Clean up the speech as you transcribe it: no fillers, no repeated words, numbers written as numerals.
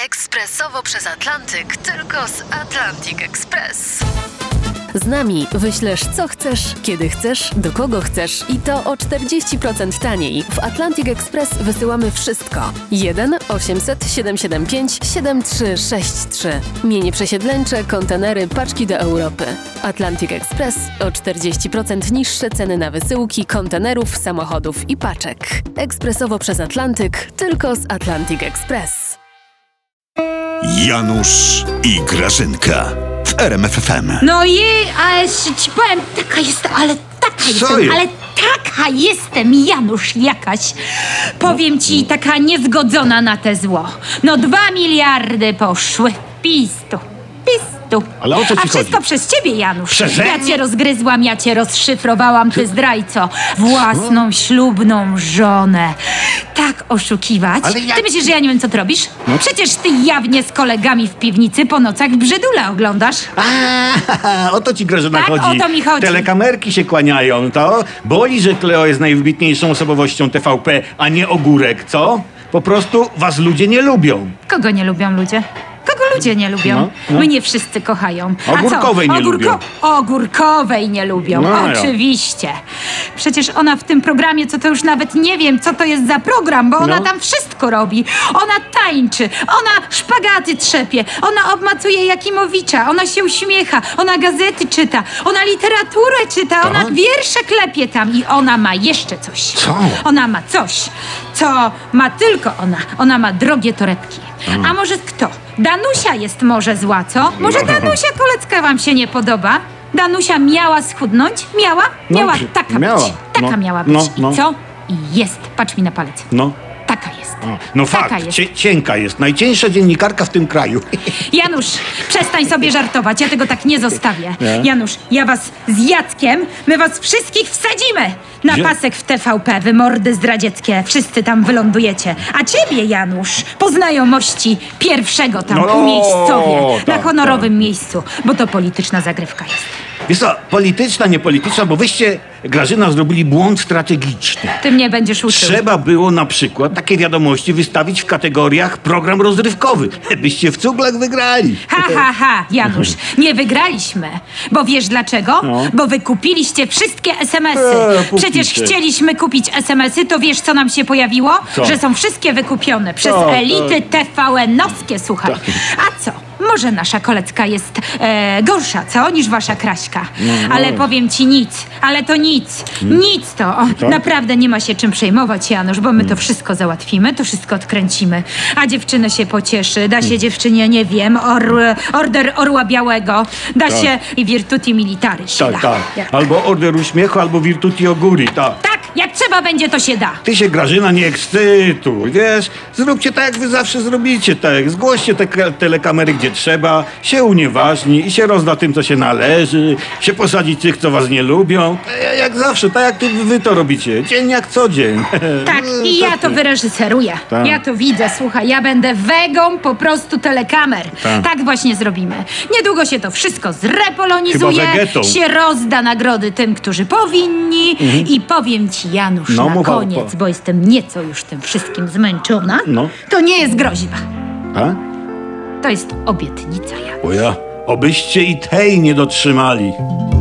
Ekspresowo przez Atlantyk, tylko z Atlantic Express. Z nami wyślesz co chcesz, kiedy chcesz, do kogo chcesz i to o 40% taniej. W Atlantic Express wysyłamy wszystko. 1 800 775 7363. Mienie przesiedleńcze, kontenery, paczki do Europy. Atlantic Express o 40% niższe ceny na wysyłki, kontenerów, samochodów i paczek. Ekspresowo przez Atlantyk, tylko z Atlantic Express. Janusz i Grażynka w RMF FM. No jej, ale ci powiem, taka jestem, ale taka jestem, ale taka jestem, Janusz jakaś. Powiem ci, taka niezgodzona na te zło. No 2 miliardy poszły. Pistu. Ale o co ci A wszystko chodzi? przez ciebie, Janusz. Przeze Ja mnie? cię rozgryzłam, ja cię rozszyfrowałam, ty zdrajco. Własną, ślubną żonę. Tak oszukiwać. Ale ja- Ty myślisz, że ja nie wiem, co ty robisz? Przecież ty jawnie z kolegami w piwnicy po nocach brzydule oglądasz. O to ci, Grażyna, Tak, chodzi. o to mi chodzi. Telekamerki się kłaniają, to? Boli, że Kleo jest najwybitniejszą osobowością TVP, a nie ogórek, co? Po prostu was ludzie nie lubią. Kogo nie lubią ludzie? Kogo ludzie nie lubią? No. Mnie wszyscy kochają. A Ogórkowej co? nie lubią. Ogórkowej nie lubią, No ja. oczywiście. Przecież ona w tym programie, co to już nawet nie wiem, co to jest za program, bo ona No. tam wszystko robi. Ona tańczy, ona szpagaty trzepie, ona obmacuje Jakimowicza, ona się uśmiecha, ona gazety czyta, ona literaturę czyta, ona wiersze klepie tam i ona ma jeszcze coś. Co? Ona ma coś, co ma tylko ona. Ona ma drogie torebki. A może kto? Danusia jest może zła, co? Może Danusia Kolecka wam się nie podoba? Danusia miała schudnąć? Miała? No, Miała taka miała. być. Taka No, miała być. no. I co? I jest. Patrz mi na palec. No. Taka jest. No Taka fakt, jest. cienka jest. Najcieńsza dziennikarka w tym kraju. Janusz, przestań sobie żartować, ja tego tak nie zostawię. Nie? Janusz, ja was z Jackiem, my was wszystkich wsadzimy na Gdzie? pasek w TVP, wy mordy zdradzieckie, wszyscy tam wylądujecie. A ciebie, Janusz, po znajomości pierwszego tam No, umiejscowię, na tak, honorowym miejscu, bo to polityczna zagrywka jest. Wiesz co, polityczna, nie polityczna, bo wyście, Grażyna, zrobili błąd strategiczny. Ty mnie będziesz uczył. Trzeba było na przykład takie wiadomości wystawić w kategoriach program rozrywkowy. Byście w cuglach wygrali. Ha, Janusz, nie wygraliśmy. Bo wiesz dlaczego? No. Bo wy kupiliście wszystkie SMS-y. kupicie. Przecież chcieliśmy kupić SMS-y, to wiesz co nam się pojawiło? Co? Że są wszystkie wykupione przez Tak, elity TVN-owskie, słuchaj. A co? Może nasza Kolecka jest gorsza, co? Niż wasza Kraśka. Ale powiem ci nic, ale to nic. Nic to. O, naprawdę nie ma się czym przejmować, Janusz, bo my to wszystko załatwimy, to wszystko odkręcimy. A dziewczynę się pocieszy, da się dziewczynie, nie wiem, order Orła Białego, da się i Virtuti Militari się da. Tak. Jak- Albo order uśmiechu, albo virtuti auguri, tak. Tak, jak trzeba będzie, to się da. Ty się, Grażyna, nie ekscytuj, wiesz? Zróbcie tak, jak wy zawsze zrobicie, tak. Zgłoście te telekamery, gdzie trzeba, się unieważni i się rozda tym, co się należy, się posadzi tych, co was nie lubią. Jak zawsze, tak jak wy to robicie. Dzień jak co dzień. Tak, i ja to wyreżyseruję. Tak. Ja to widzę, słuchaj, ja będę wegą po prostu telekamer. Tak. Tak właśnie zrobimy. Niedługo się to wszystko zrepolonizuje, Chyba wegetą. się rozda nagrody tym, którzy powinni i powiem ci, Janusz, No, na mów, koniec, bo jestem nieco już tym wszystkim zmęczona, No. to nie jest groźba. A? To jest obietnica, Janusz. O ja, obyście i tej nie dotrzymali.